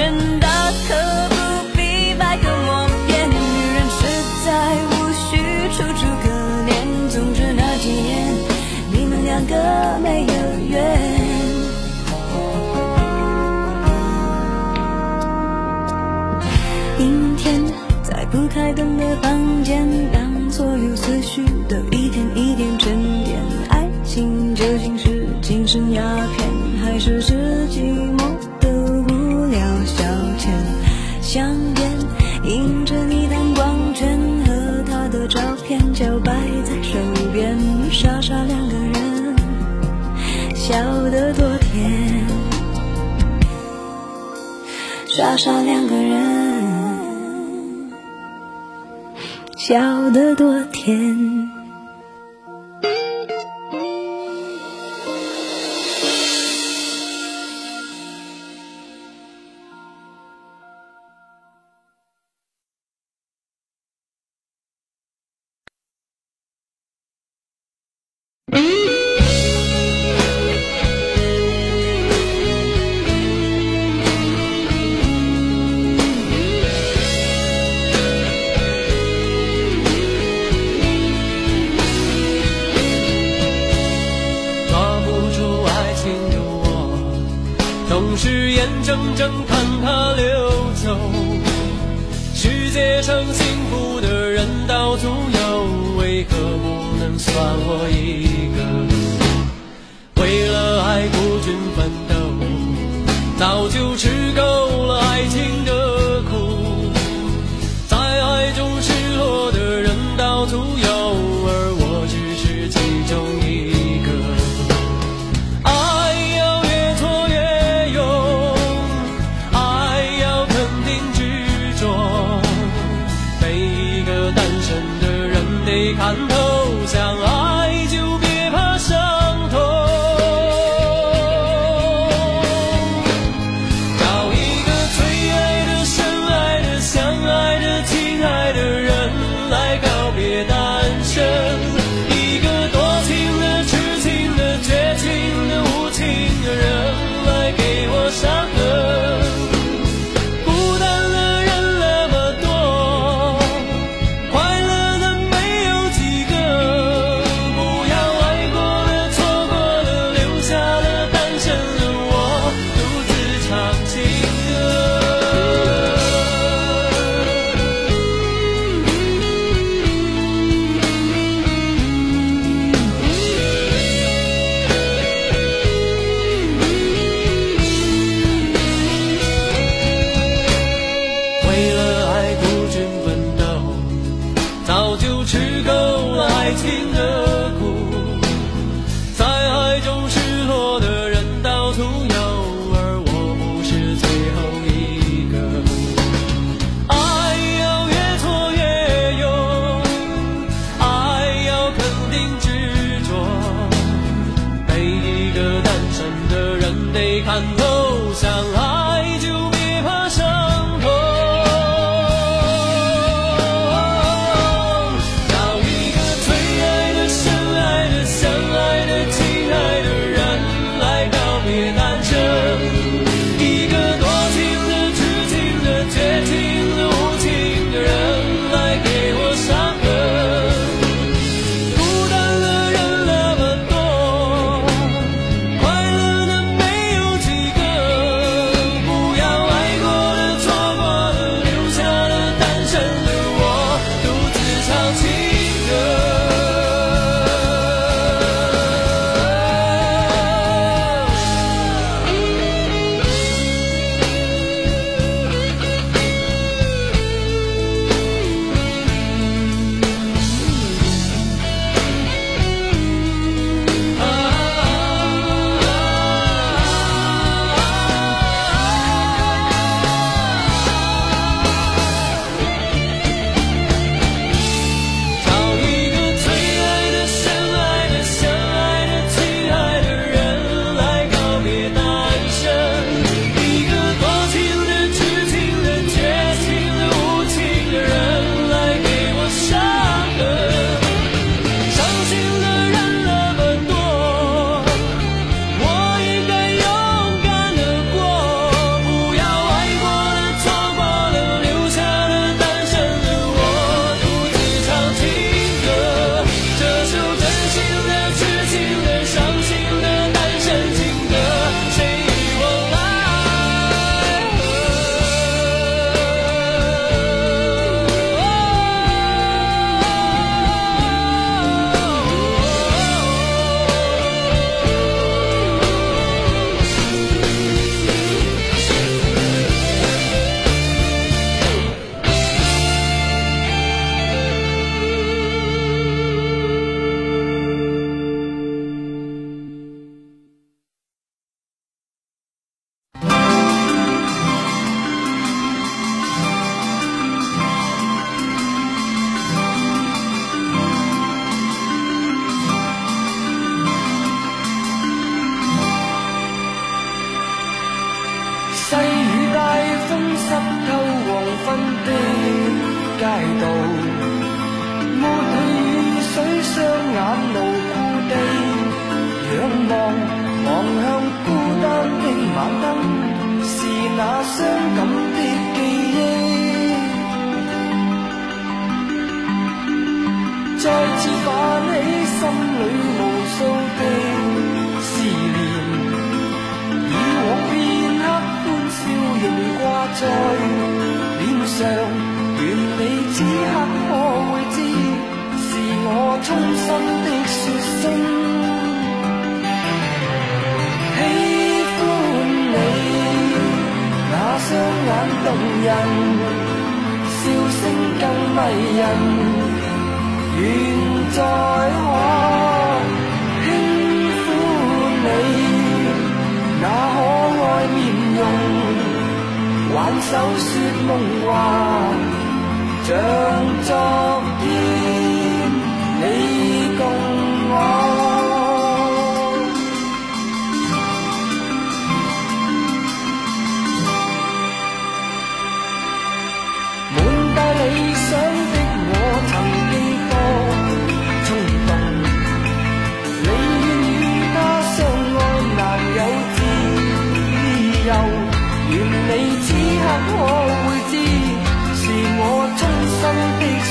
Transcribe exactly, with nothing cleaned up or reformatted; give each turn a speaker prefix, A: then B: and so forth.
A: 全，大可不必百口莫辩。女人实在无需楚楚可怜，总之那几年你们两个没有缘。阴天在不开灯的房间，当所有思绪都一点一点沉淀，爱情究竟是精神鸦片，还是是寂寞的无聊消遣？香烟映着你弹光圈和他的照片交摆在手边，傻傻两个人笑得多甜，傻傻两个人笑得多甜。
B: 总是眼睁睁看它流走，世界上幸福的人到处有，为何不能算我一个？为了爱孤军奋斗，早就吃够了爱情的苦，在爱中失落的人到处有，而我只是其中一个。看透，相爱就别怕伤痛，找一个最爱的、深爱的、相爱的、亲爱的人来告别单身，一个多情的、痴情的、绝情的、无情的人来给我伤痕。早就吃够了爱情的苦，在爱中失落的人到处有，而我不是最后一个。爱要越挫越勇，爱要肯定执着，每一个单身的人得看透，相爱就别怕伤痛。
C: 風濕透黃昏的街道，抹去雨水，雙眼無故地仰望，望向孤單的晚燈，是那傷感的記憶。再次泛起心裏無數的思念，以往片刻歡笑仍掛在臉上，願你此刻可會知，是我衷心的說聲喜歡你，那雙眼動人，笑聲更迷人，願再可輕撫你那可愛面容，挽手說夢話，像昨天你共我。滿帶理想的我曾經願你此刻可會知，是我衷心的